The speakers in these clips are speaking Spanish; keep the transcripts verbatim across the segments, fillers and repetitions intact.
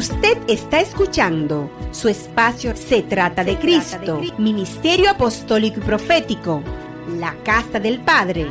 Usted está escuchando su espacio Se Trata de Cristo, Ministerio Apostólico y Profético, la Casa del Padre.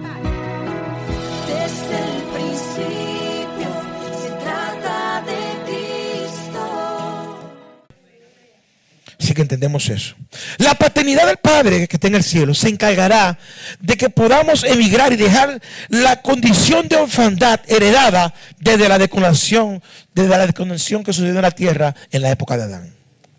Desde el principio se trata de Cristo. Así que entendemos eso. La paternidad del Padre que está en el cielo se encargará de que podamos emigrar y dejar la condición de orfandad heredada desde la desconexión, desde la desconexión que sucedió en la tierra en la época de Adán.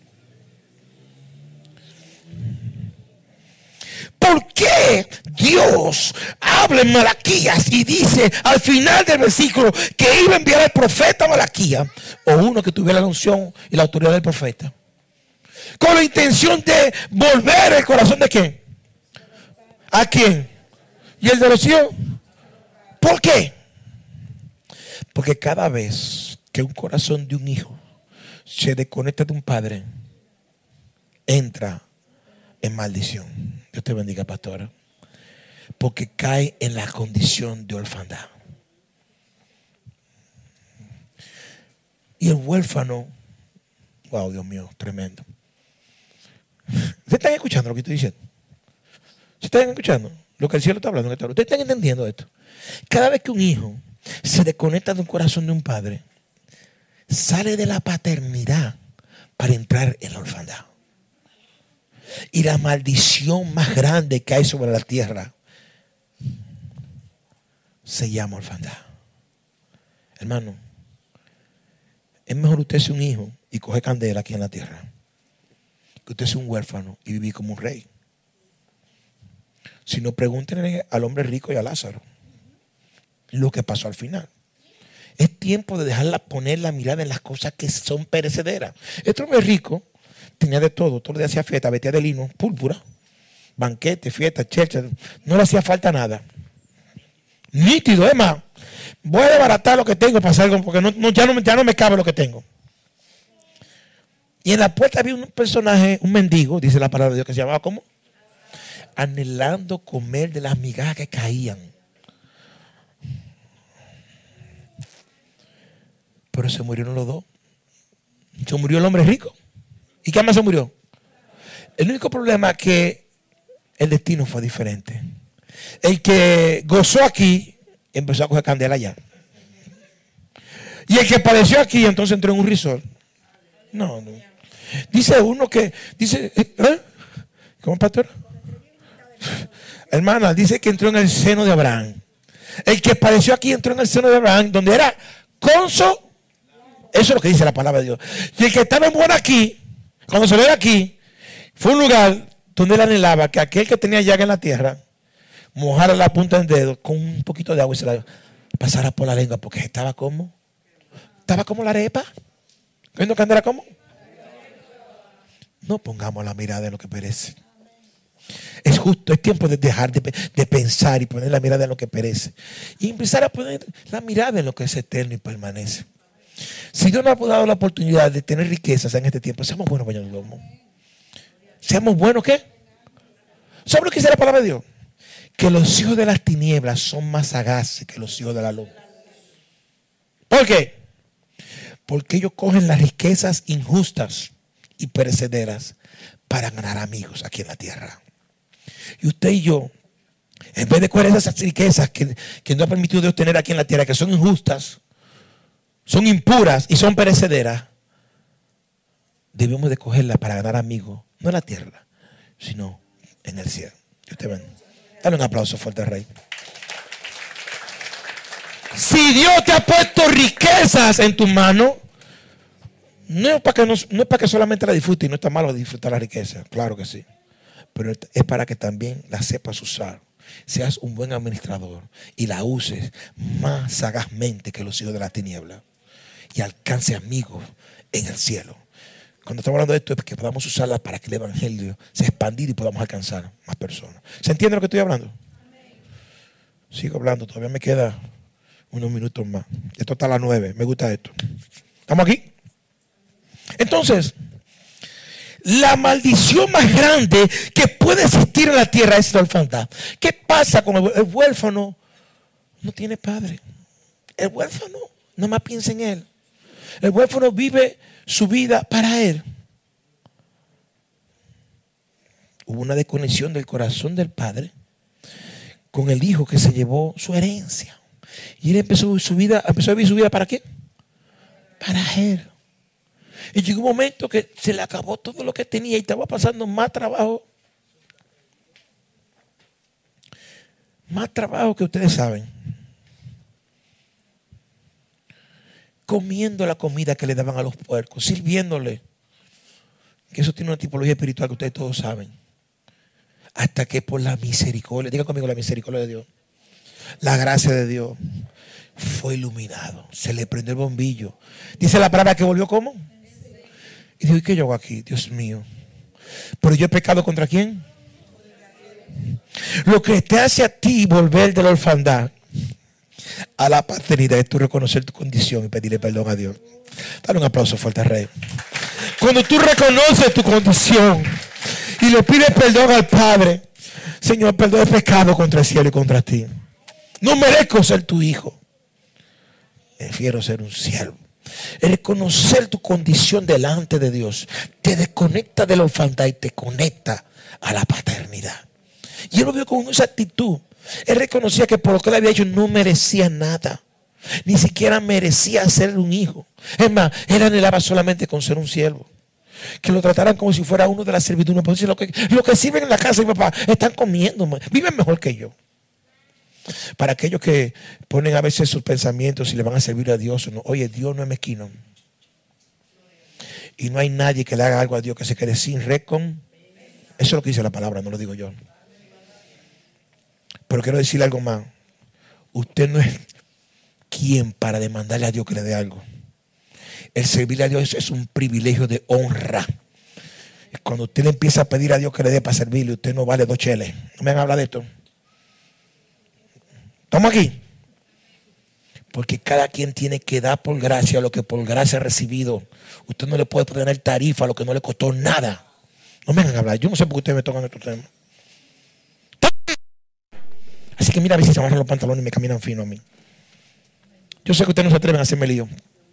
¿Por qué Dios habla en Malaquías y dice al final del versículo que iba a enviar al profeta Malaquías, o uno que tuviera la unción y la autoridad del profeta, con la intención de volver el corazón de quién? ¿A quién? ¿Y el de los hijos? ¿Por qué? Porque cada vez que un corazón de un hijo se desconecta de un padre, entra en maldición. Dios te bendiga, pastora. Porque cae en la condición de orfandad. Y el huérfano, wow, Dios mío, tremendo. ¿Ustedes están escuchando lo que estoy diciendo? ¿Ustedes están escuchando lo que el cielo está hablando? ¿Ustedes están entendiendo esto? Cada vez que un hijo se desconecta de un corazón de un padre, sale de la paternidad para entrar en la orfandad. Y la maldición más grande que hay sobre la tierra se llama orfandad. Hermano, es mejor usted ser un hijo y coger candela aquí en la tierra que usted sea un huérfano y vivir como un rey. Si no, pregúntenle al hombre rico y a Lázaro lo que pasó al final. Es tiempo de dejarla poner la mirada en las cosas que son perecederas. Este hombre rico tenía de todo, todo le hacía fiesta, vestía de lino, púrpura, banquete, fiesta, chercha, no le hacía falta nada. Nítido, es más, voy a desbaratar lo que tengo para hacer algo, porque no, no, ya, no, ya no me cabe lo que tengo. Y en la puerta había un personaje, un mendigo, dice la palabra de Dios, que se llamaba ¿cómo? Anhelando comer de las migajas que caían. Pero se murieron los dos. Se murió el hombre rico. ¿Y qué más se murió? El único problema es que el destino fue diferente. El que gozó aquí empezó a coger candela allá. Y el que padeció aquí entonces entró en un resort. No, no. Dice uno que, dice, ¿eh? ¿Cómo, pastor? Hermana, dice que entró en el seno de Abraham. El que padeció aquí entró en el seno de Abraham, donde era conso. Eso es lo que dice la palabra de Dios. Y el que estaba en buena aquí, cuando salió de aquí, fue un lugar donde él anhelaba que aquel que tenía llaga en la tierra mojara la punta del dedo con un poquito de agua y se la pasara por la lengua, porque estaba como, estaba como la arepa. ¿Viendo que andará como? No pongamos la mirada en lo que perece. Es justo, es tiempo de dejar de, de pensar y poner la mirada en lo que perece. Y empezar a poner la mirada en lo que es eterno y permanece. Si Dios nos ha dado la oportunidad de tener riquezas en este tiempo, seamos buenos bañando el lomo. Seamos buenos, ¿qué? ¿Sabe lo que dice la palabra de Dios? Que los hijos de las tinieblas son más sagaces que los hijos de la luz. ¿Por qué? Porque ellos cogen las riquezas injustas y perecederas para ganar amigos aquí en la tierra. Y usted y yo, en vez de coger esas riquezas que, que nos ha permitido Dios tener aquí en la tierra, que son injustas, son impuras y son perecederas, debemos de cogerlas para ganar amigos, no en la tierra, sino en el cielo. Dios te bendiga. Dale un aplauso fuerte al Rey. Si Dios te ha puesto riquezas en tus manos, no es para que, no, no es para que solamente la disfrutes, y no está malo disfrutar la riqueza, claro que sí, pero es para que también la sepas usar, seas un buen administrador y la uses más sagazmente que los hijos de la tiniebla y alcance amigos en el cielo. Cuando estamos hablando de esto es que podamos usarla para que el evangelio se expanda y podamos alcanzar más personas. ¿Se entiende lo que estoy hablando? Sigo hablando, todavía me queda unos minutos más. Esto está a las nueve, me gusta esto. ¿Estamos aquí? Entonces, la maldición más grande que puede existir en la tierra es la orfandad. ¿Qué pasa con el, el huérfano? No tiene padre. El huérfano, nada más piensa en él. El huérfano vive su vida para él. Hubo una desconexión del corazón del padre con el hijo que se llevó su herencia. Y él empezó su vida, empezó a vivir su vida ¿para qué? Para él. Y llegó un momento que se le acabó todo lo que tenía y estaba pasando más trabajo. Más trabajo que ustedes saben. Comiendo la comida que le daban a los puercos, sirviéndole. Que eso tiene una tipología espiritual que ustedes todos saben. Hasta que por la misericordia, diga conmigo la misericordia de Dios, la gracia de Dios, fue iluminado. Se le prendió el bombillo. Dice la palabra que volvió ¿cómo? Y dijo, ¿y qué yo hago aquí? Dios mío. Pero yo he pecado ¿contra quién? Lo que te hace a ti volver de la orfandad a la paternidad es tú reconocer tu condición y pedirle perdón a Dios. Dale un aplauso fuerte al Rey. Cuando tú reconoces tu condición y le pides perdón al Padre, Señor, perdón el pecado contra el cielo y contra ti. No merezco ser tu hijo. Prefiero ser un siervo. El reconocer tu condición delante de Dios te desconecta de la orfandad y te conecta a la paternidad. Y él lo vio con esa actitud. Él reconocía que por lo que él había hecho no merecía nada. Ni siquiera merecía ser un hijo. Es más, él anhelaba solamente con ser un siervo. Que lo trataran como si fuera uno de la servidumbre. Pues lo que, lo que sirven en la casa de mi papá están comiendo, viven mejor que yo. Para aquellos que ponen a veces sus pensamientos si le van a servir a Dios o no. Oye, Dios no es mezquino. Y no hay nadie que le haga algo a Dios que se quede sin recon. Eso es lo que dice la palabra, no lo digo yo. Pero quiero decirle algo más. Usted no es quien para demandarle a Dios que le dé algo. El servirle a Dios es un privilegio de honra. Cuando usted le empieza a pedir a Dios que le dé para servirle, usted no vale dos cheles. No me van a hablar de esto. ¿Estamos aquí? Porque cada quien tiene que dar por gracia lo que por gracia ha recibido. Usted no le puede poner tarifa a lo que no le costó nada. No me van a hablar. Yo no sé por qué ustedes me tocan estos temas. Así que mira a ver si se amarran los pantalones y me caminan fino a mí. Yo sé que ustedes no se atreven a hacerme lío.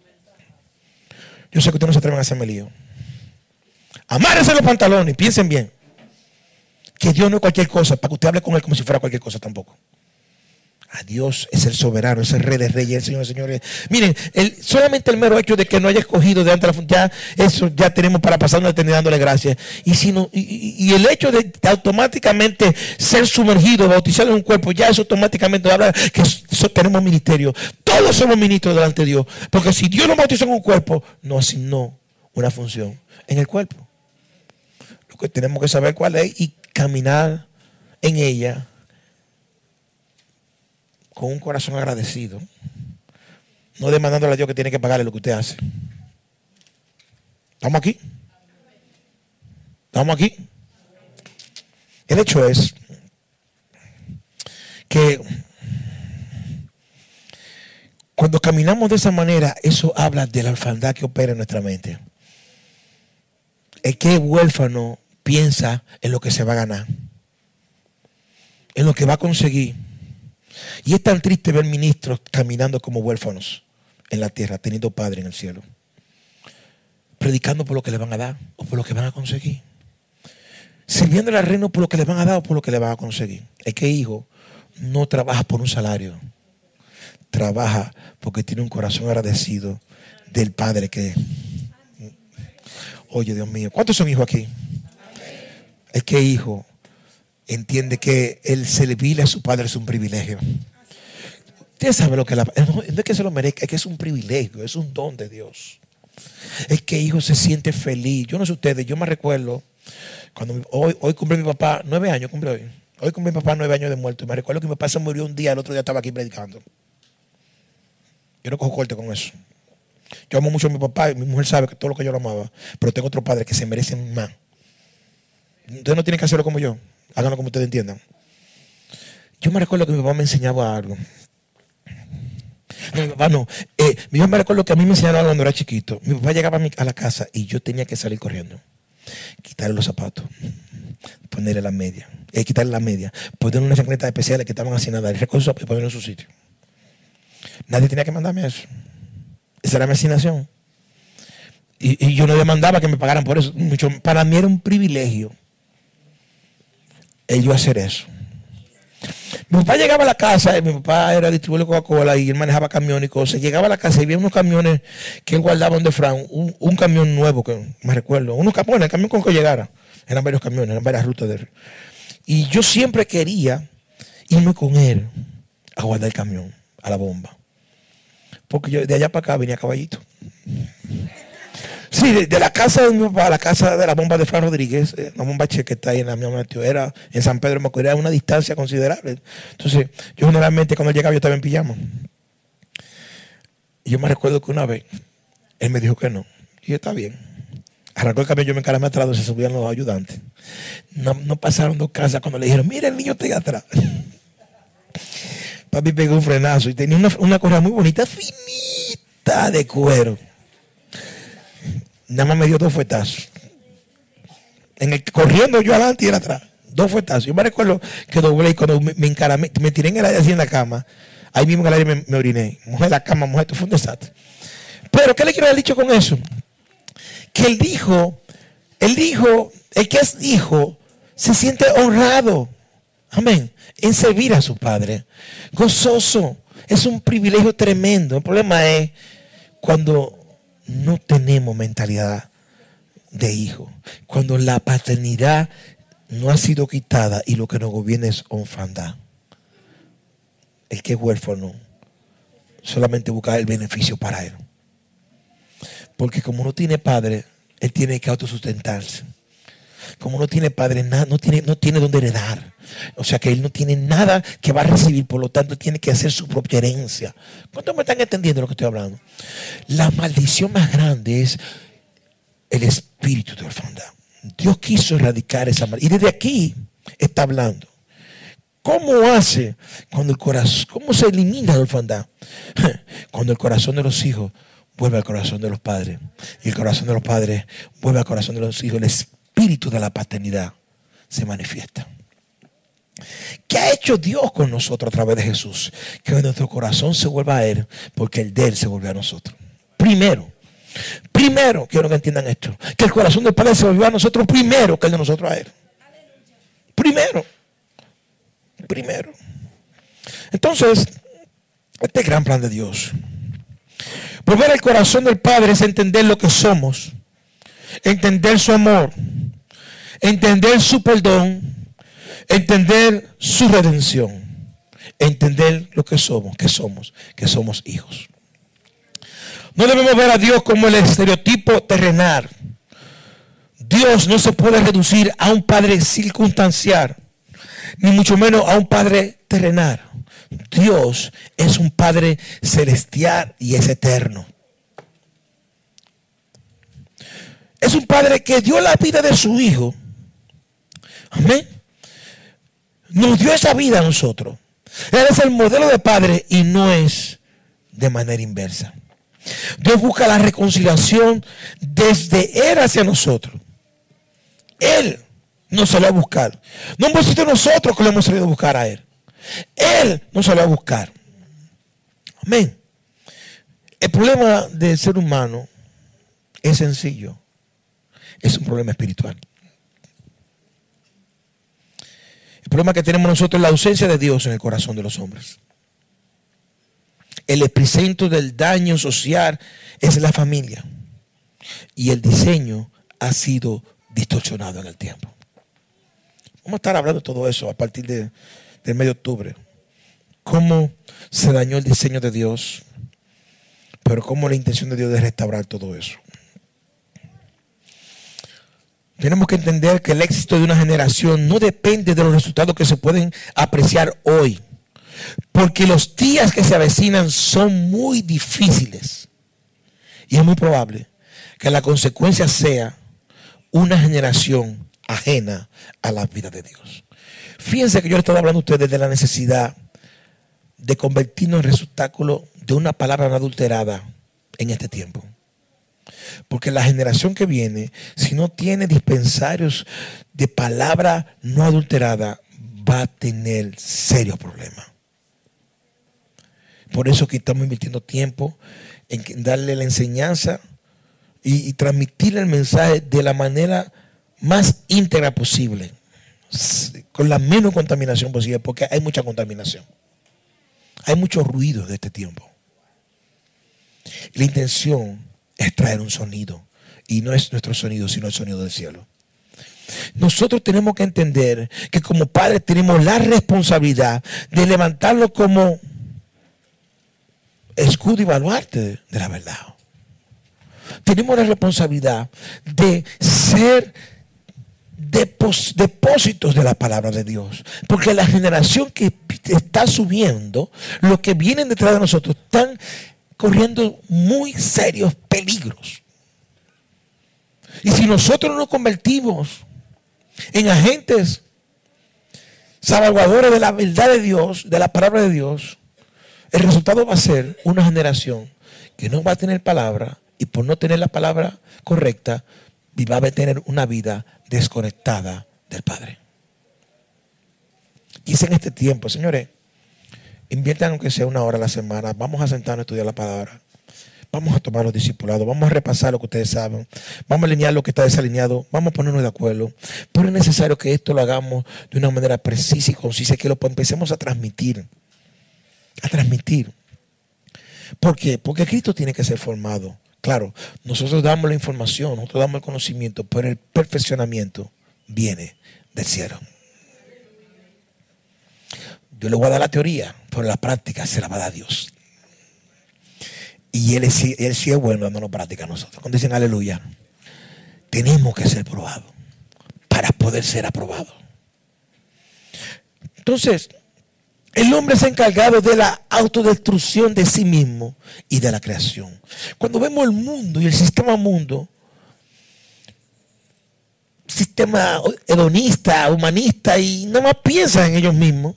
Yo sé que ustedes no se atreven a hacerme lío. Amárrense los pantalones y piensen bien. Que Dios no es cualquier cosa para que usted hable con Él como si fuera cualquier cosa tampoco. A Dios es el soberano, es el Rey de Reyes, el Señor de Señores. Miren, el, solamente el mero hecho de que no haya escogido de antes de la ya eso ya tenemos para pasar una eternidad dándole gracias. Y, si no, y, y el hecho de, de automáticamente ser sumergido, bautizado en un cuerpo, ya eso automáticamente habla que so, tenemos ministerio. Todos somos ministros delante de Dios. Porque si Dios nos bautizó en un cuerpo, nos asignó una función en el cuerpo. Lo que tenemos que saber cuál es y caminar en ella con un corazón agradecido, no demandándole a Dios que tiene que pagarle lo que usted hace. ¿Estamos aquí? ¿Estamos aquí? El hecho es que cuando caminamos de esa manera, eso habla de la orfandad que opera en nuestra mente. El que es huérfano piensa en lo que se va a ganar, en lo que va a conseguir. Y es tan triste ver ministros caminando como huérfanos en la tierra, teniendo padre en el cielo, predicando por lo que le van a dar o por lo que van a conseguir, sirviendo al reino por lo que le van a dar o por lo que le van a conseguir. Es que hijo no trabaja por un salario, trabaja porque tiene un corazón agradecido del padre que es. Oye, Dios mío, ¿cuántos son hijos aquí? Es que hijo entiende que el servirle a su padre es un privilegio. Usted sabe lo que la, no es que se lo merezca, es que es un privilegio, es un don de Dios. Es que hijo se siente feliz. Yo no sé ustedes, yo me recuerdo cuando hoy, hoy cumple mi papá nueve años, cumple hoy. Hoy cumple mi papá nueve años de muerto. Y me recuerdo que mi papá se murió un día, el otro día estaba aquí predicando. Yo no cojo corte con eso. Yo amo mucho a mi papá y mi mujer sabe que todo lo que yo lo amaba. Pero tengo otro padre que se merecen más. Ustedes no tienen que hacerlo como yo. Háganlo como ustedes entiendan. Yo me recuerdo que mi papá me enseñaba algo. No, mi papá no. Eh, mi papá me recuerdo que a mí me enseñaba cuando era chiquito. Mi papá llegaba a, mi, a la casa y yo tenía que salir corriendo. Quitarle los zapatos. Ponerle la media. Eh, quitarle la media. Ponerle unas chancletas especiales que estaban así nada. Y recoger y ponerlo en su sitio. Nadie tenía que mandarme eso. Esa era mi asignación. Y, y yo no demandaba que me pagaran por eso. Mucho, para mí era un privilegio el yo hacer eso. Mi papá llegaba a la casa, mi papá era distribuidor de Coca-Cola y él manejaba camiones y cosas. Llegaba a la casa y había unos camiones que él guardaba donde Fran, un, un camión nuevo, que me recuerdo, unos camiones, el camión con que llegara. Eran varios camiones, eran varias rutas de... Y yo siempre quería irme con él a guardar el camión, a la bomba. Porque yo de allá para acá venía a caballito. Sí, de, de la casa de mi papá a la casa de la bomba de Fran Rodríguez, eh, la bomba Che que está ahí en la misma era en San Pedro de Macorís, era una distancia considerable. Entonces, yo generalmente cuando él llegaba yo estaba en pijama. Y yo me recuerdo que una vez él me dijo que no. Y yo, está bien. Arrancó el camión, yo me encaramé atrás donde se subían los ayudantes. No, no pasaron dos casas cuando le dijeron, mira el niño está ahí atrás. Papi pegó un frenazo y tenía una, una correa muy bonita, finita de cuero. Nada más me dio dos fuetazos. En el, corriendo yo adelante y él atrás. Dos fuetazos. Yo me recuerdo que doblé y cuando me, me encaramé, me tiré en el aire así en la cama. Ahí mismo en el aire me, me oriné. Mojé la cama, mojé, esto fue un desastre. Pero, ¿qué le quiero haber dicho con eso? Que él dijo, él dijo, el que es hijo se siente honrado. Amén. En servir a su padre. Gozoso. Es un privilegio tremendo. El problema es cuando no tenemos mentalidad de hijo. Cuando la paternidad no ha sido quitada y lo que nos gobierna es orfandad. El que es huérfano solamente busca el beneficio para él. Porque como no tiene padre, él tiene que autosustentarse. Como no tiene padre, nada, no tiene, no tiene donde heredar. O sea que él no tiene nada que va a recibir, por lo tanto tiene que hacer su propia herencia. ¿Cuántos me están entendiendo lo que estoy hablando? La maldición más grande es el espíritu de orfandad. Dios quiso erradicar esa maldición. Y desde aquí está hablando. ¿Cómo hace cuando el corazón, cómo se elimina la orfandad? Cuando el corazón de los hijos vuelve al corazón de los padres. Y el corazón de los padres vuelve al corazón de los hijos. El espíritu de la paternidad se manifiesta. ¿Qué ha hecho Dios con nosotros a través de Jesús? Que nuestro corazón se vuelva a Él, porque el de Él se vuelve a nosotros. Primero, primero, quiero que entiendan esto, que el corazón del Padre se volvió a nosotros primero que el de nosotros a Él. Primero, primero. Entonces, este gran plan de Dios. Volver al corazón del Padre es entender lo que somos, entender su amor, entender su perdón, entender su redención, entender lo que somos, que somos, que somos hijos. No debemos ver a Dios como el estereotipo terrenal. Dios no se puede reducir a un padre circunstancial, ni mucho menos a un padre terrenal. Dios es un Padre celestial y es eterno. Es un Padre que dio la vida de su Hijo. Amén. Nos dio esa vida a nosotros. Él es el modelo de Padre y no es de manera inversa. Dios busca la reconciliación desde Él hacia nosotros. Él nos salió a buscar. No hemos sido nosotros que lo hemos salido a buscar a Él. Él nos salió a buscar. Amén. El problema del ser humano es sencillo. Es un problema espiritual. El problema que tenemos nosotros es la ausencia de Dios en el corazón de los hombres. El epicentro del daño social es la familia. Y el diseño ha sido distorsionado en el tiempo. Vamos a estar hablando de todo eso a partir de, del mes de octubre. Cómo se dañó el diseño de Dios, pero cómo la intención de Dios es restaurar todo eso. Tenemos que entender que el éxito de una generación no depende de los resultados que se pueden apreciar hoy, porque los días que se avecinan son muy difíciles y es muy probable que la consecuencia sea una generación ajena a la vida de Dios. Fíjense que yo le estoy hablando a ustedes de la necesidad de convertirnos en receptáculo de una palabra no adulterada en este tiempo. Porque la generación que viene, si no tiene dispensarios de palabra no adulterada, va a tener serios problemas. Por eso que estamos invirtiendo tiempo en darle la enseñanza y, y transmitir el mensaje de la manera más íntegra posible, con la menos contaminación posible, porque hay mucha contaminación. Hay mucho ruido de este tiempo. La intención es traer un sonido, y no es nuestro sonido, sino el sonido del cielo. Nosotros tenemos que entender que como padres tenemos la responsabilidad de levantarlo como escudo y baluarte de la verdad. Tenemos la responsabilidad de ser depós- depósitos de la palabra de Dios. Porque la generación que está subiendo, los que vienen detrás de nosotros, están corriendo muy serios peligros. Y si nosotros no nos convertimos en agentes salvadores de la verdad de Dios, de la palabra de Dios, el resultado va a ser una generación que no va a tener palabra, y por no tener la palabra correcta, va a tener una vida desconectada del Padre. Y es en este tiempo, señores, inviertan aunque sea una hora a la semana, vamos a sentarnos a estudiar la palabra, vamos a tomar los discipulados, vamos a repasar lo que ustedes saben, vamos a alinear lo que está desalineado, vamos a ponernos de acuerdo. Pero es necesario que esto lo hagamos de una manera precisa y concisa, que lo empecemos a transmitir, a transmitir. ¿Por qué? Porque Cristo tiene que ser formado. Claro, nosotros damos la información, nosotros damos el conocimiento, pero el perfeccionamiento viene del cielo. Yo le voy a dar la teoría, pero la práctica se la va a dar Dios. Y Él es, él sí es bueno dándonos práctica a nosotros. Cuando dicen aleluya, tenemos que ser probados para poder ser aprobados. Entonces, el hombre se ha encargado de la autodestrucción de sí mismo y de la creación. Cuando vemos el mundo y el sistema mundo, sistema hedonista, humanista, y nada más piensan en ellos mismos,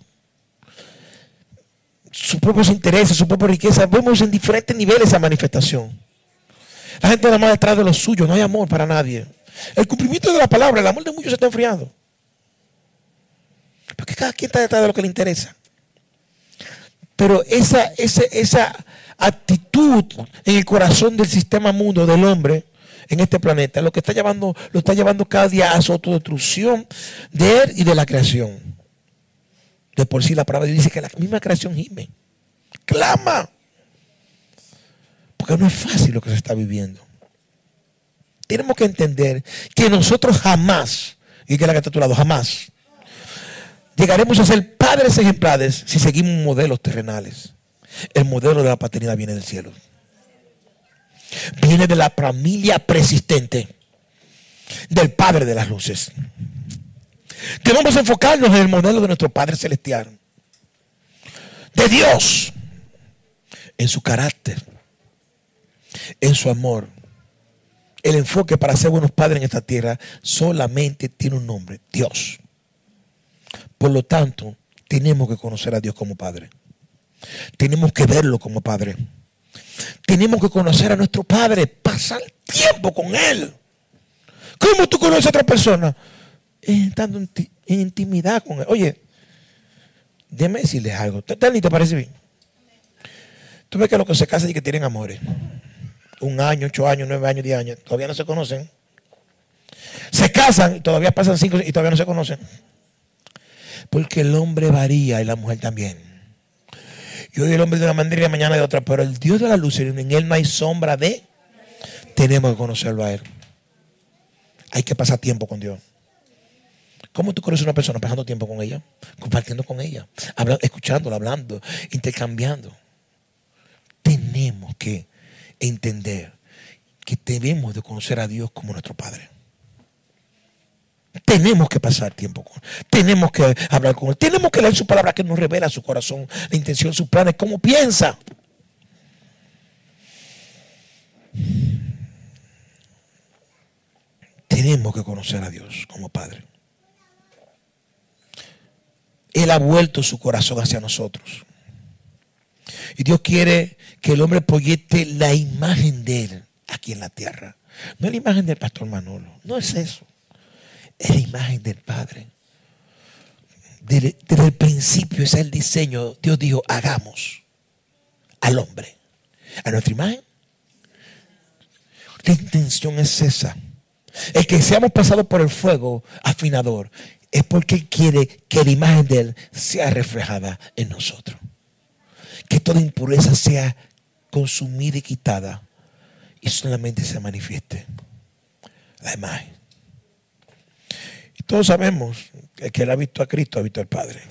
sus propios intereses, su propia riqueza, vemos en diferentes niveles esa manifestación. La gente nada más detrás de lo suyo, no hay amor para nadie. El cumplimiento de la palabra, el amor de muchos se está enfriando. Porque cada quien está detrás de lo que le interesa. Pero esa, esa, esa actitud en el corazón del sistema mundo, del hombre, en este planeta, lo que está llevando, lo está llevando cada día a su autodestrucción de él y de la creación. De por sí la palabra dice que la misma creación gime, clama. Porque no es fácil lo que se está viviendo. Tenemos que entender que nosotros jamás, y que la que está a tu lado, jamás llegaremos a ser padres ejemplares si seguimos modelos terrenales. El modelo de la paternidad viene del cielo. Viene de la familia persistente, del Padre de las luces. Debemos enfocarnos en el modelo de nuestro Padre Celestial, de Dios, en su carácter, en su amor. El enfoque para ser buenos padres en esta tierra solamente tiene un nombre: Dios. Por lo tanto, tenemos que conocer a Dios como Padre. Tenemos que verlo como Padre. Tenemos que conocer a nuestro Padre, pasar tiempo con Él. ¿Cómo tú conoces a otra persona? Estando en, en intimidad con Él. Oye, déjame decirles algo. ¿Te, te parece bien? Tú ves que los que se casan y que tienen amores, un año, ocho años, nueve años, diez años, todavía no se conocen. Se casan y todavía pasan cinco y todavía no se conocen. Porque el hombre varía y la mujer también. Y hoy el hombre de una manera y mañana de otra, pero el Dios de la luz, en Él no hay sombra de. Tenemos que conocerlo a Él. Hay que pasar tiempo con Dios. ¿Cómo tú conoces a una persona? Pasando tiempo con ella, compartiendo con ella, hablando, escuchándola, hablando, intercambiando. Tenemos que entender que debemos de conocer a Dios como nuestro Padre. Tenemos que pasar tiempo con Él. Tenemos que hablar con Él. Tenemos que leer su palabra que nos revela su corazón, la intención, sus planes, cómo piensa. Tenemos que conocer a Dios como Padre. Él ha vuelto su corazón hacia nosotros. Y Dios quiere que el hombre proyecte la imagen de Él aquí en la tierra. No es la imagen del pastor Manolo. No es eso. Es la imagen del Padre. Desde, desde el principio, ese es el diseño. Dios dijo, hagamos al hombre a nuestra imagen. La intención es esa. El que seamos pasados por el fuego afinador es porque Él quiere que la imagen de Él sea reflejada en nosotros. Que toda impureza sea consumida y quitada y solamente se manifieste la imagen. Y todos sabemos que el que Él ha visto a Cristo ha visto al Padre.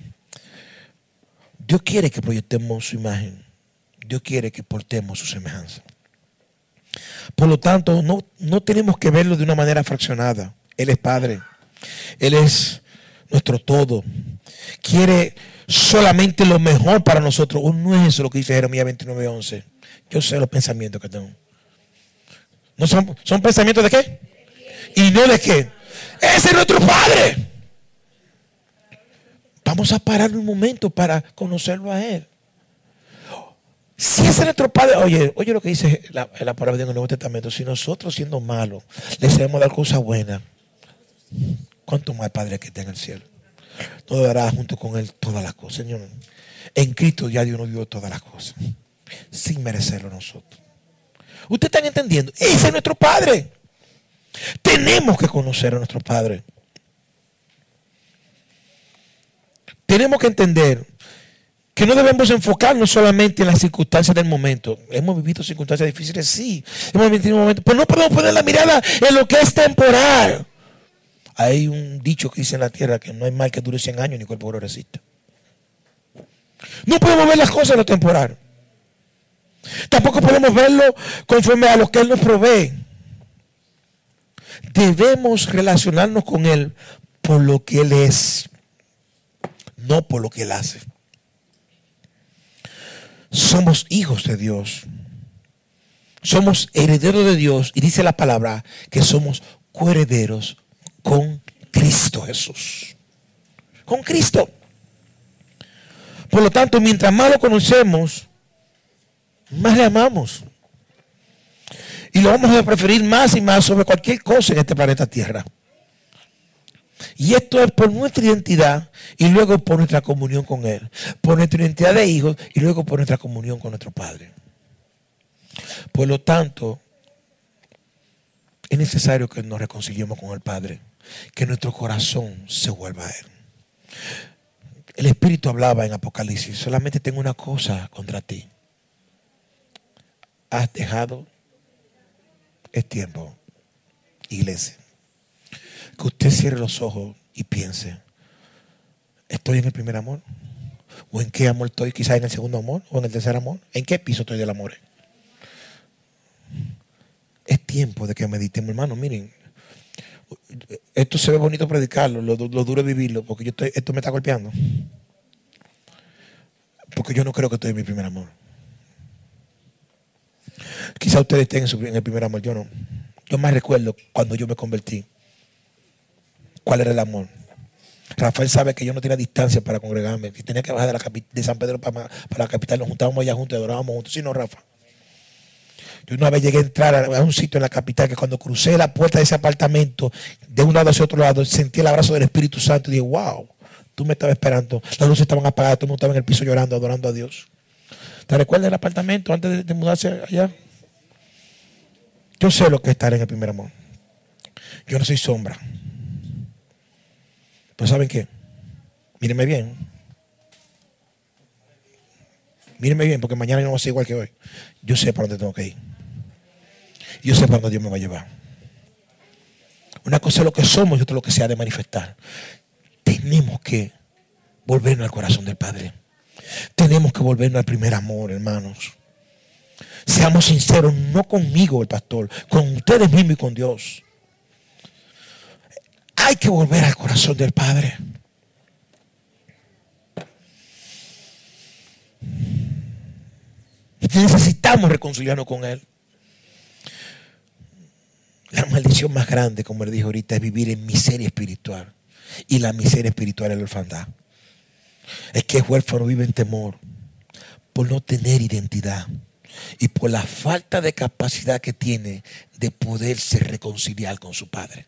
Dios quiere que proyectemos su imagen. Dios quiere que portemos su semejanza. Por lo tanto, no, no tenemos que verlo de una manera fraccionada. Él es Padre. Él es nuestro todo. Quiere solamente lo mejor para nosotros. Oh, no es eso lo que dice Jeremías veintinueve once. Yo sé los pensamientos que tengo. ¿No son, son pensamientos de qué? ¿Y no de qué? Ese es nuestro Padre. Vamos a parar un momento para conocerlo a Él. Si ese es nuestro Padre, oye, oye lo que dice la, la palabra de Dios en el Nuevo Testamento. Si nosotros siendo malos le sabemos dar cosas buenas, ¿cuánto más Padre que está en el cielo? Nos dará junto con Él todas las cosas, Señor. En Cristo ya Dios nos dio todas las cosas, sin merecerlo nosotros. ¿Ustedes están entendiendo? Ese es nuestro Padre. Tenemos que conocer a nuestro Padre. Tenemos que entender que no debemos enfocarnos solamente en las circunstancias del momento. Hemos vivido circunstancias difíciles, sí. Hemos vivido momentos, pero no podemos poner la mirada en lo que es temporal. Hay un dicho que dice en la tierra que no hay mal que dure cien años ni cuerpo que resista. No podemos ver las cosas en lo temporal. Tampoco podemos verlo conforme a lo que Él nos provee. Debemos relacionarnos con Él por lo que Él es, no por lo que Él hace. Somos hijos de Dios. Somos herederos de Dios. Y dice la palabra que somos coherederos con Cristo Jesús. Con Cristo. Por lo tanto, mientras más lo conocemos, más le amamos. Y lo vamos a preferir más y más sobre cualquier cosa en este planeta Tierra. Y esto es por nuestra identidad y luego por nuestra comunión con Él. Por nuestra identidad de hijos y luego por nuestra comunión con nuestro Padre. Por lo tanto, es necesario que nos reconciliemos con el Padre. Que nuestro corazón se vuelva a Él. El Espíritu hablaba en Apocalipsis: solamente tengo una cosa contra ti. Has dejado el tiempo, iglesia. Que usted cierre los ojos y piense: ¿estoy en el primer amor? ¿O en qué amor estoy? Quizás en el segundo amor o en el tercer amor. ¿En qué piso estoy del amor? Es tiempo de que meditemos, hermano. Miren, esto se ve bonito predicarlo, lo, lo duro es vivirlo, porque yo estoy, esto me está golpeando. Porque yo no creo que estoy en mi primer amor. Quizás ustedes estén en, su, en el primer amor, yo no. Yo más recuerdo cuando yo me convertí. ¿Cuál era el amor? Rafael sabe que yo no tenía distancia para congregarme. Si tenía que bajar de, la capi- de San Pedro para, para la capital, nos juntábamos allá juntos y adorábamos juntos. Sí, no, Rafa. Yo una vez llegué a entrar a, a un sitio en la capital que cuando crucé la puerta de ese apartamento, de un lado hacia otro lado, sentí el abrazo del Espíritu Santo y dije: wow, tú me estabas esperando. Las luces estaban apagadas, todo el mundo estaba en el piso llorando, adorando a Dios. ¿Te recuerdas el apartamento antes de, de mudarse allá? Yo sé lo que es estar en el primer amor. Yo no soy sombra. Pero ¿saben qué? Mírenme bien. Mírenme bien, porque mañana yo no voy a ser igual que hoy. Yo sé para dónde tengo que ir. Yo sé para dónde Dios me va a llevar. Una cosa es lo que somos y otra es lo que se ha de manifestar. Tenemos que volvernos al corazón del Padre. Tenemos que volvernos al primer amor, hermanos. Seamos sinceros, no conmigo el pastor, con ustedes mismos y con Dios. Hay que volver al corazón del Padre. Necesitamos reconciliarnos con Él. La maldición más grande, como le dije ahorita, es vivir en miseria espiritual. Y la miseria espiritual es la orfandad. Es que el huérfano vive en temor por no tener identidad y por la falta de capacidad que tiene de poderse reconciliar con su Padre.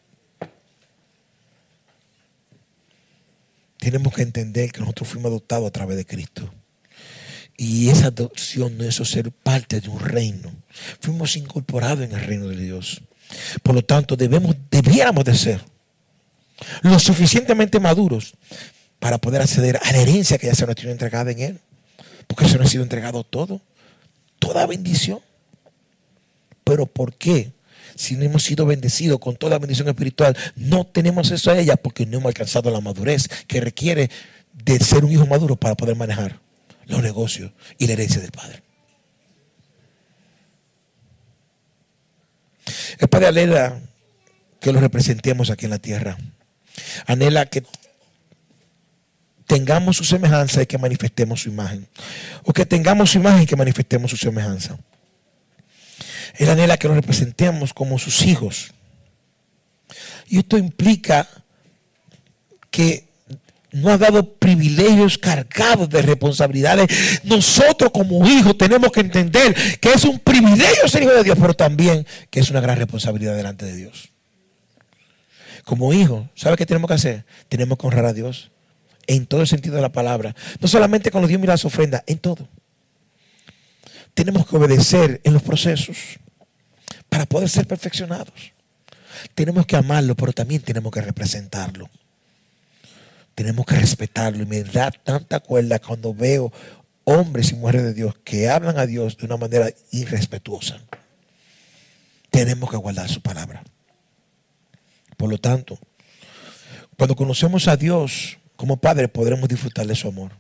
Tenemos que entender que nosotros fuimos adoptados a través de Cristo. Y esa adopción nos hizo ser parte de un reino. Fuimos incorporados en el reino de Dios. Por lo tanto, debemos, debiéramos de ser lo suficientemente maduros para poder acceder a la herencia que ya se nos tiene entregada en Él. Porque se nos ha sido entregado todo. Toda bendición. Pero ¿por qué? Si no hemos sido bendecidos con toda bendición espiritual, no tenemos eso a ella porque no hemos alcanzado la madurez que requiere de ser un hijo maduro para poder manejar los negocios y la herencia del Padre. El Padre anhela que lo representemos aquí en la tierra. Anhela que tengamos su semejanza y que manifestemos su imagen. O que tengamos su imagen y que manifestemos su semejanza. Él anhela que lo representemos como sus hijos. Y esto implica que nos ha dado privilegios cargados de responsabilidades. Nosotros como hijos tenemos que entender que es un privilegio ser hijo de Dios, pero también que es una gran responsabilidad delante de Dios. Como hijos, ¿sabe qué tenemos que hacer? Tenemos que honrar a Dios en todo el sentido de la palabra. No solamente con los diezmos y las ofrendas, en todo. Tenemos que obedecer en los procesos para poder ser perfeccionados. Tenemos que amarlo, pero también tenemos que representarlo. Tenemos que respetarlo. Y me da tanta cuerda cuando veo hombres y mujeres de Dios que hablan a Dios de una manera irrespetuosa. Tenemos que guardar su palabra. Por lo tanto, cuando conocemos a Dios como Padre, podremos disfrutar de su amor.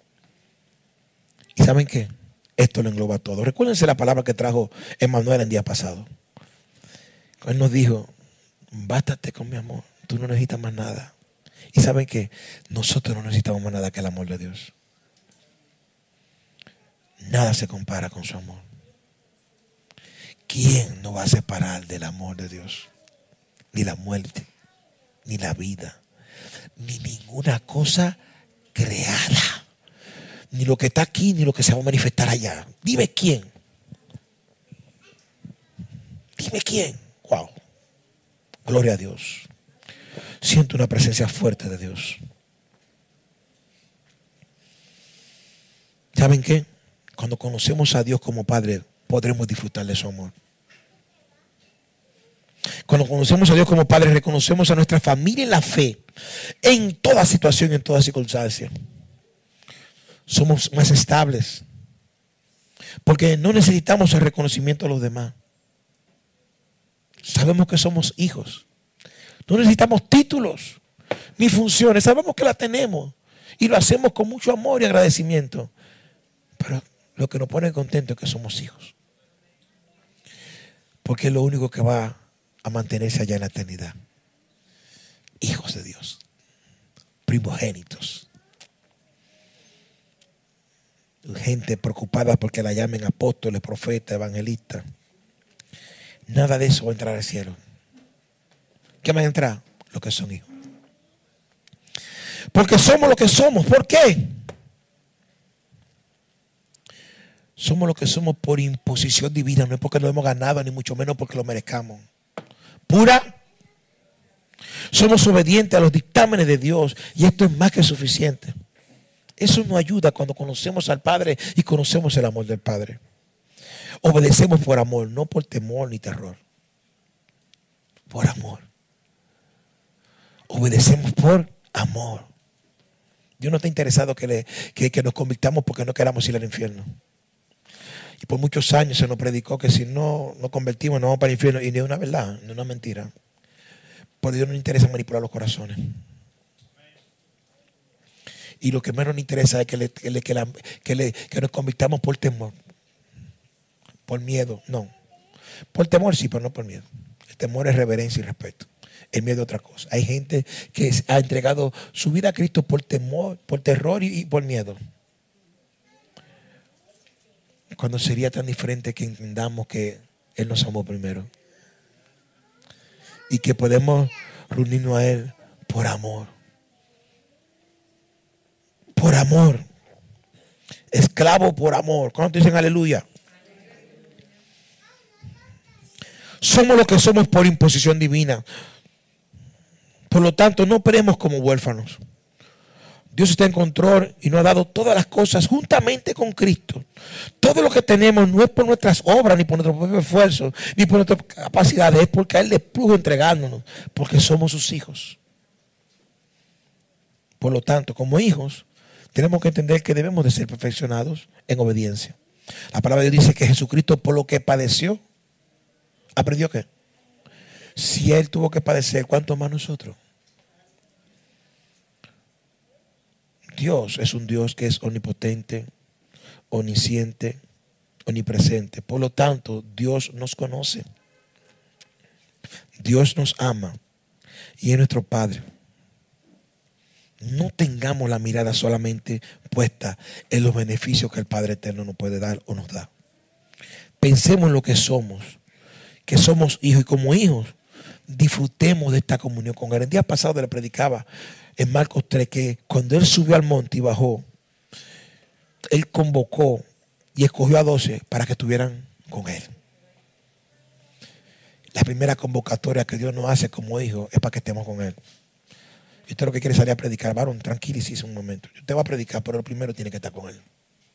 ¿Y saben qué? Esto lo engloba todo. Recuérdense la palabra que trajo Emmanuel el día pasado. Él nos dijo, bástate con mi amor, tú no necesitas más nada. Y saben que nosotros no necesitamos más nada que el amor de Dios. Nada se compara con su amor. ¿Quién nos va a separar del amor de Dios? Ni la muerte, ni la vida, ni ninguna cosa creada. Ni lo que está aquí, ni lo que se va a manifestar allá. Dime quién. Dime quién. Wow. Gloria a Dios. Siento una presencia fuerte de Dios. ¿Saben qué? Cuando conocemos a Dios como Padre, podremos disfrutar de su amor. Cuando conocemos a Dios como Padre, reconocemos a nuestra familia en la fe, en toda situación, en toda circunstancia. Somos más estables. Porque no necesitamos el reconocimiento de los demás. Sabemos que somos hijos. No necesitamos títulos ni funciones. Sabemos que la tenemos. Y lo hacemos con mucho amor y agradecimiento. Pero lo que nos pone contento es que somos hijos. Porque es lo único que va a mantenerse allá en la eternidad. Hijos de Dios. Primogénitos. Gente preocupada porque la llamen apóstoles, profetas, evangelistas. Nada de eso va a entrar al cielo. ¿Qué van a entrar? Los que son hijos. Porque somos lo que somos. ¿Por qué? Somos lo que somos por imposición divina. No es porque lo hemos ganado, ni mucho menos porque lo merezcamos. Pura. Somos obedientes a los dictámenes de Dios. Y esto es más que suficiente. Eso nos ayuda cuando conocemos al Padre y conocemos el amor del Padre. Obedecemos por amor, no por temor ni terror. Por amor. Obedecemos por amor. Dios no está interesado que, le, que, que nos convirtamos porque no queramos ir al infierno. Y por muchos años se nos predicó que si no nos convertimos no vamos para el infierno. Y ni es una verdad, no es una mentira. Por Dios no le interesa manipular los corazones. Y lo que menos nos interesa es que, le, que, le, que, la, que, le, que nos convirtamos por temor. Por miedo, no. Por temor sí, pero no por miedo. El temor es reverencia y respeto. El miedo es otra cosa. Hay gente que ha entregado su vida a Cristo por temor, por terror y, y por miedo. Cuando sería tan diferente que entendamos que Él nos amó primero. Y que podemos reunirnos a Él por amor. Por amor. Esclavo por amor. ¿Cuántos dicen aleluya? Somos lo que somos por imposición divina. Por lo tanto, no operemos como huérfanos. Dios está en control y nos ha dado todas las cosas juntamente con Cristo. Todo lo que tenemos no es por nuestras obras, ni por nuestro propio esfuerzo, ni por nuestras capacidades, es porque a Él le pudo entregándonos, porque somos sus hijos. Por lo tanto, como hijos, tenemos que entender que debemos de ser perfeccionados en obediencia. La palabra de Dios dice que Jesucristo, por lo que padeció, ¿aprendió qué? Si Él tuvo que padecer, ¿cuánto más nosotros? Dios es un Dios que es omnipotente, omnisciente, omnipresente. Por lo tanto, Dios nos conoce. Dios nos ama y es nuestro Padre. No tengamos la mirada solamente puesta en los beneficios que el Padre Eterno nos puede dar o nos da. Pensemos en lo que somos, que somos hijos, y como hijos disfrutemos de esta comunión con Él. El día pasado le predicaba en Marcos tres que cuando Él subió al monte y bajó, Él convocó y escogió a doce para que estuvieran con Él. La primera convocatoria que Dios nos hace como hijos es para que estemos con Él. Y usted lo que quiere salir a predicar, varón, tranquilícese un momento. Usted va a predicar, pero lo primero tiene que estar con Él.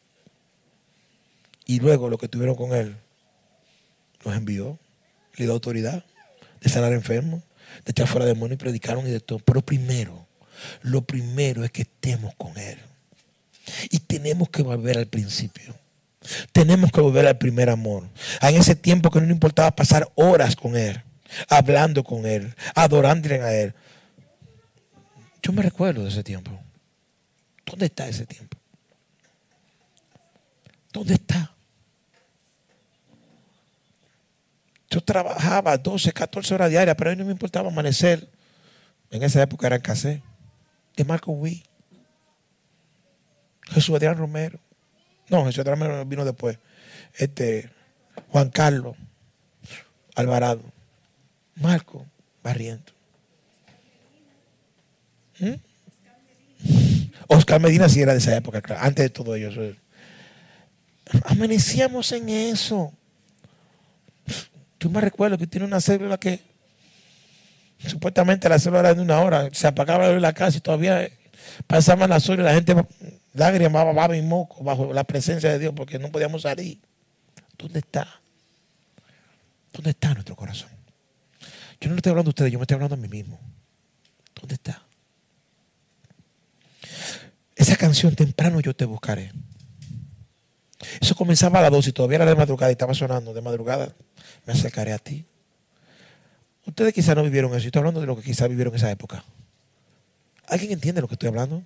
Y luego lo que estuvieron con Él, los envió, le dio autoridad de sanar enfermos, de echar fuera demonios, y predicaron y de todo. Pero primero, lo primero es que estemos con Él. Y tenemos que volver al principio. Tenemos que volver al primer amor. En ese tiempo que no nos importaba pasar horas con Él, hablando con Él, adorándole a Él. Yo me recuerdo de ese tiempo. ¿Dónde está ese tiempo? ¿Dónde está? Yo trabajaba doce, catorce horas diarias, pero a mí no me importaba amanecer. En esa época era el cassette de Marco Witt, Jesús Adrián Romero. No, Jesús Adrián Romero vino después. Este, Juan Carlos Alvarado, Marco Barriento. ¿Mm? Oscar Medina sí era de esa época, claro, antes de todo ello. Amanecíamos en eso. Yo me recuerdo que tiene una célula que supuestamente la célula era de una hora, se apagaba la casa y todavía pasaban las horas y la gente lágrimas, baba y moco bajo la presencia de Dios porque no podíamos salir. ¿Dónde está? ¿Dónde está nuestro corazón? Yo no le estoy hablando a ustedes, yo me estoy hablando a mí mismo. ¿Dónde está? Esa canción, temprano yo te buscaré. Eso comenzaba a las doce y todavía era de madrugada y estaba sonando de madrugada. Me acercaré a ti. Ustedes quizás no vivieron eso. Yo estoy hablando de lo que quizás vivieron en esa época. ¿Alguien entiende lo que estoy hablando?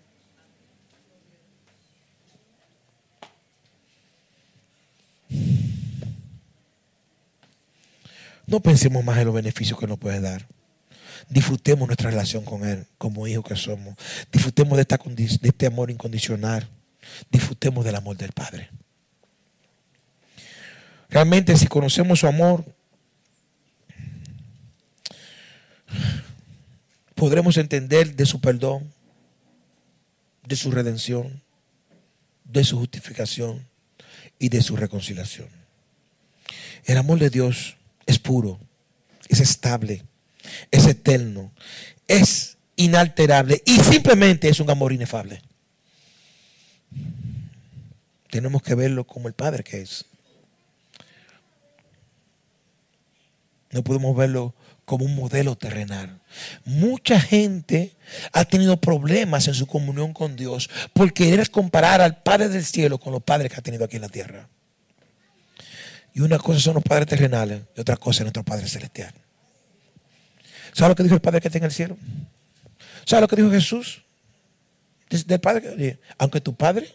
No pensemos más en los beneficios que nos puede dar. Disfrutemos nuestra relación con Él, como hijos que somos. Disfrutemos de, esta, de este amor incondicional. Disfrutemos del amor del Padre. Realmente, si conocemos su amor, podremos entender de su perdón, de su redención, de su justificación y de su reconciliación. El amor de Dios es puro, es estable, es eterno, es inalterable y simplemente es un amor inefable. Tenemos que verlo como el Padre que es. No podemos verlo como un modelo terrenal. Mucha gente ha tenido problemas en su comunión con Dios por querer comparar al Padre del cielo con los padres que ha tenido aquí en la tierra. Y una cosa son los padres terrenales y otra cosa es nuestro Padre celestial. ¿Sabe lo que dijo el Padre que está en el cielo? ¿Sabe lo que dijo Jesús? Del Padre que, aunque tu Padre,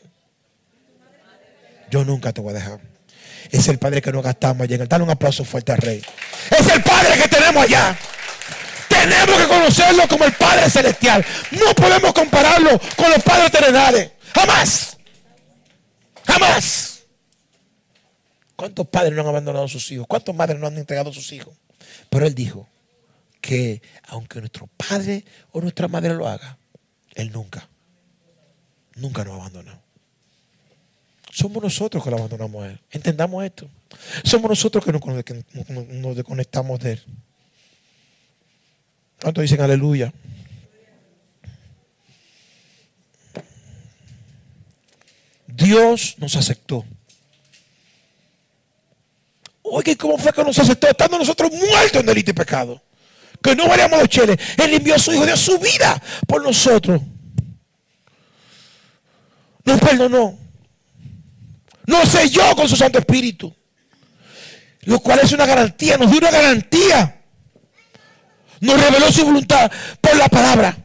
yo nunca te voy a dejar. Es el Padre que nos gastamos allá en el. Dale un aplauso fuerte al Rey. Es el Padre que tenemos allá. Tenemos que conocerlo como el Padre celestial. No podemos compararlo con los padres terrenales. Jamás. Jamás. ¿Cuántos padres no han abandonado a sus hijos? ¿Cuántos madres no han entregado a sus hijos? Pero Él dijo que aunque nuestro padre o nuestra madre lo haga, Él nunca, nunca nos abandonó. Somos nosotros que lo abandonamos a Él. Entendamos esto. Somos nosotros que nos, que nos desconectamos de Él. ¿Cuántos dicen aleluya? Dios nos aceptó. Oye, ¿cómo fue que nos aceptó? Estando nosotros muertos en delito y pecado. Que no valíamos los cheles. Él envió a su Hijo, dio su vida por nosotros. Nos perdonó. Nos selló con su Santo Espíritu. Lo cual es una garantía, nos dio una garantía. Nos reveló su voluntad por la palabra.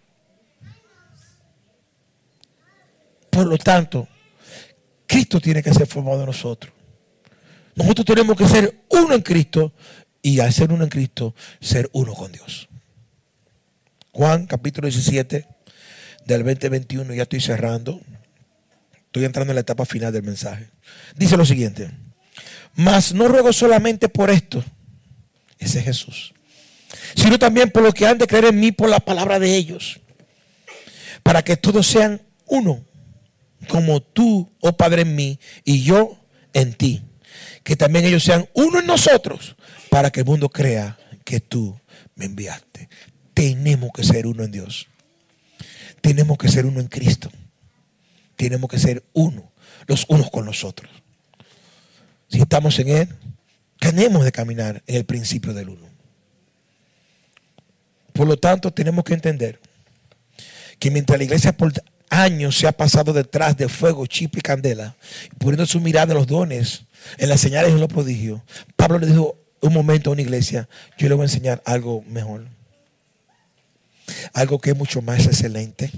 Por lo tanto, Cristo tiene que ser formado en nosotros. Nosotros tenemos que ser uno en Cristo y al ser uno en Cristo, ser uno con Dios. Juan capítulo diecisiete, del veinte al veintiuno, ya estoy cerrando. Estoy entrando en la etapa final del mensaje. Dice lo siguiente: mas no ruego solamente por esto, ese es Jesús, sino también por lo que han de creer en mí por la palabra de ellos, para que todos sean uno, como tú, oh Padre, en mí y yo en ti, que también ellos sean uno en nosotros, para que el mundo crea que tú me enviaste. Tenemos que ser uno en Dios. Tenemos que ser uno en Cristo. Tenemos que ser uno, los unos con los otros. Si estamos en Él, tenemos de caminar en el principio del uno. Por lo tanto, tenemos que entender que mientras la iglesia por años se ha pasado detrás de fuego, chispa y candela, poniendo su mirada en los dones, en las señales y en los prodigios, Pablo le dijo un momento a una iglesia: yo le voy a enseñar algo mejor, algo que es mucho más excelente,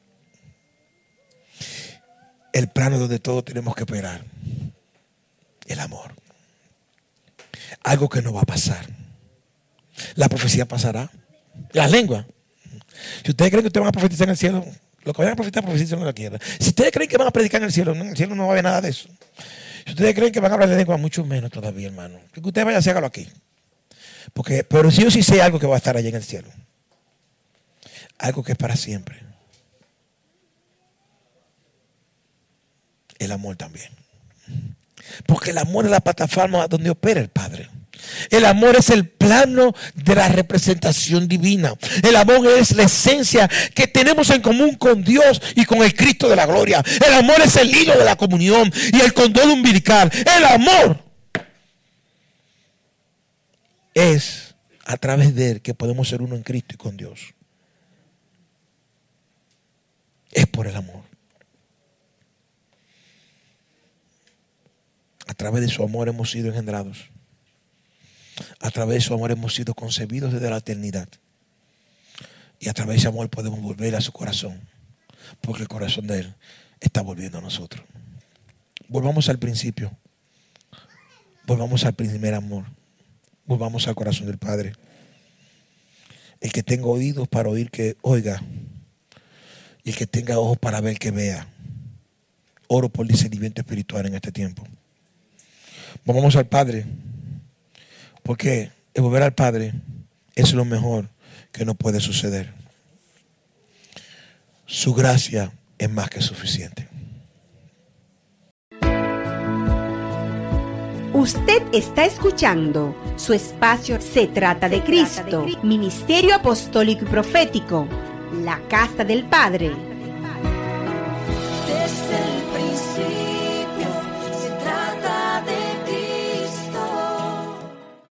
el plano donde todos tenemos que esperar, el amor. Algo que no va a pasar. La profecía pasará. La lengua. Si ustedes creen que ustedes van a profetizar en el cielo, lo que vayan a profetizar, profetizan en la tierra. Si ustedes creen que van a predicar en el cielo, en el cielo no va a haber nada de eso. Si ustedes creen que van a hablar de lengua, mucho menos todavía, hermano. Que ustedes vayan a hacerlo aquí. Porque, pero si yo sí sé algo que va a estar allá en el cielo. Algo que es para siempre. El amor también. Porque el amor es la plataforma donde opera el Padre. El amor es el plano de la representación divina. El amor es la esencia que tenemos en común con Dios y con el Cristo de la gloria. El amor es el hilo de la comunión y el condón umbilical. El amor es a través de Él que podemos ser uno en Cristo y con Dios. Es por el amor. A través de su amor hemos sido engendrados. A través de su amor hemos sido concebidos desde la eternidad. Y a través de ese amor podemos volver a su corazón. Porque el corazón de Él está volviendo a nosotros. Volvamos al principio. Volvamos al primer amor. Volvamos al corazón del Padre. El que tenga oídos para oír, que oiga. Y el que tenga ojos para ver, que vea. Oro por discernimiento espiritual en este tiempo. Volvamos al Padre. Porque el volver al Padre es lo mejor que nos puede suceder. Su gracia es más que suficiente. Usted está escuchando su espacio Se Trata de Cristo, Ministerio Apostólico y Profético, la Casa del Padre.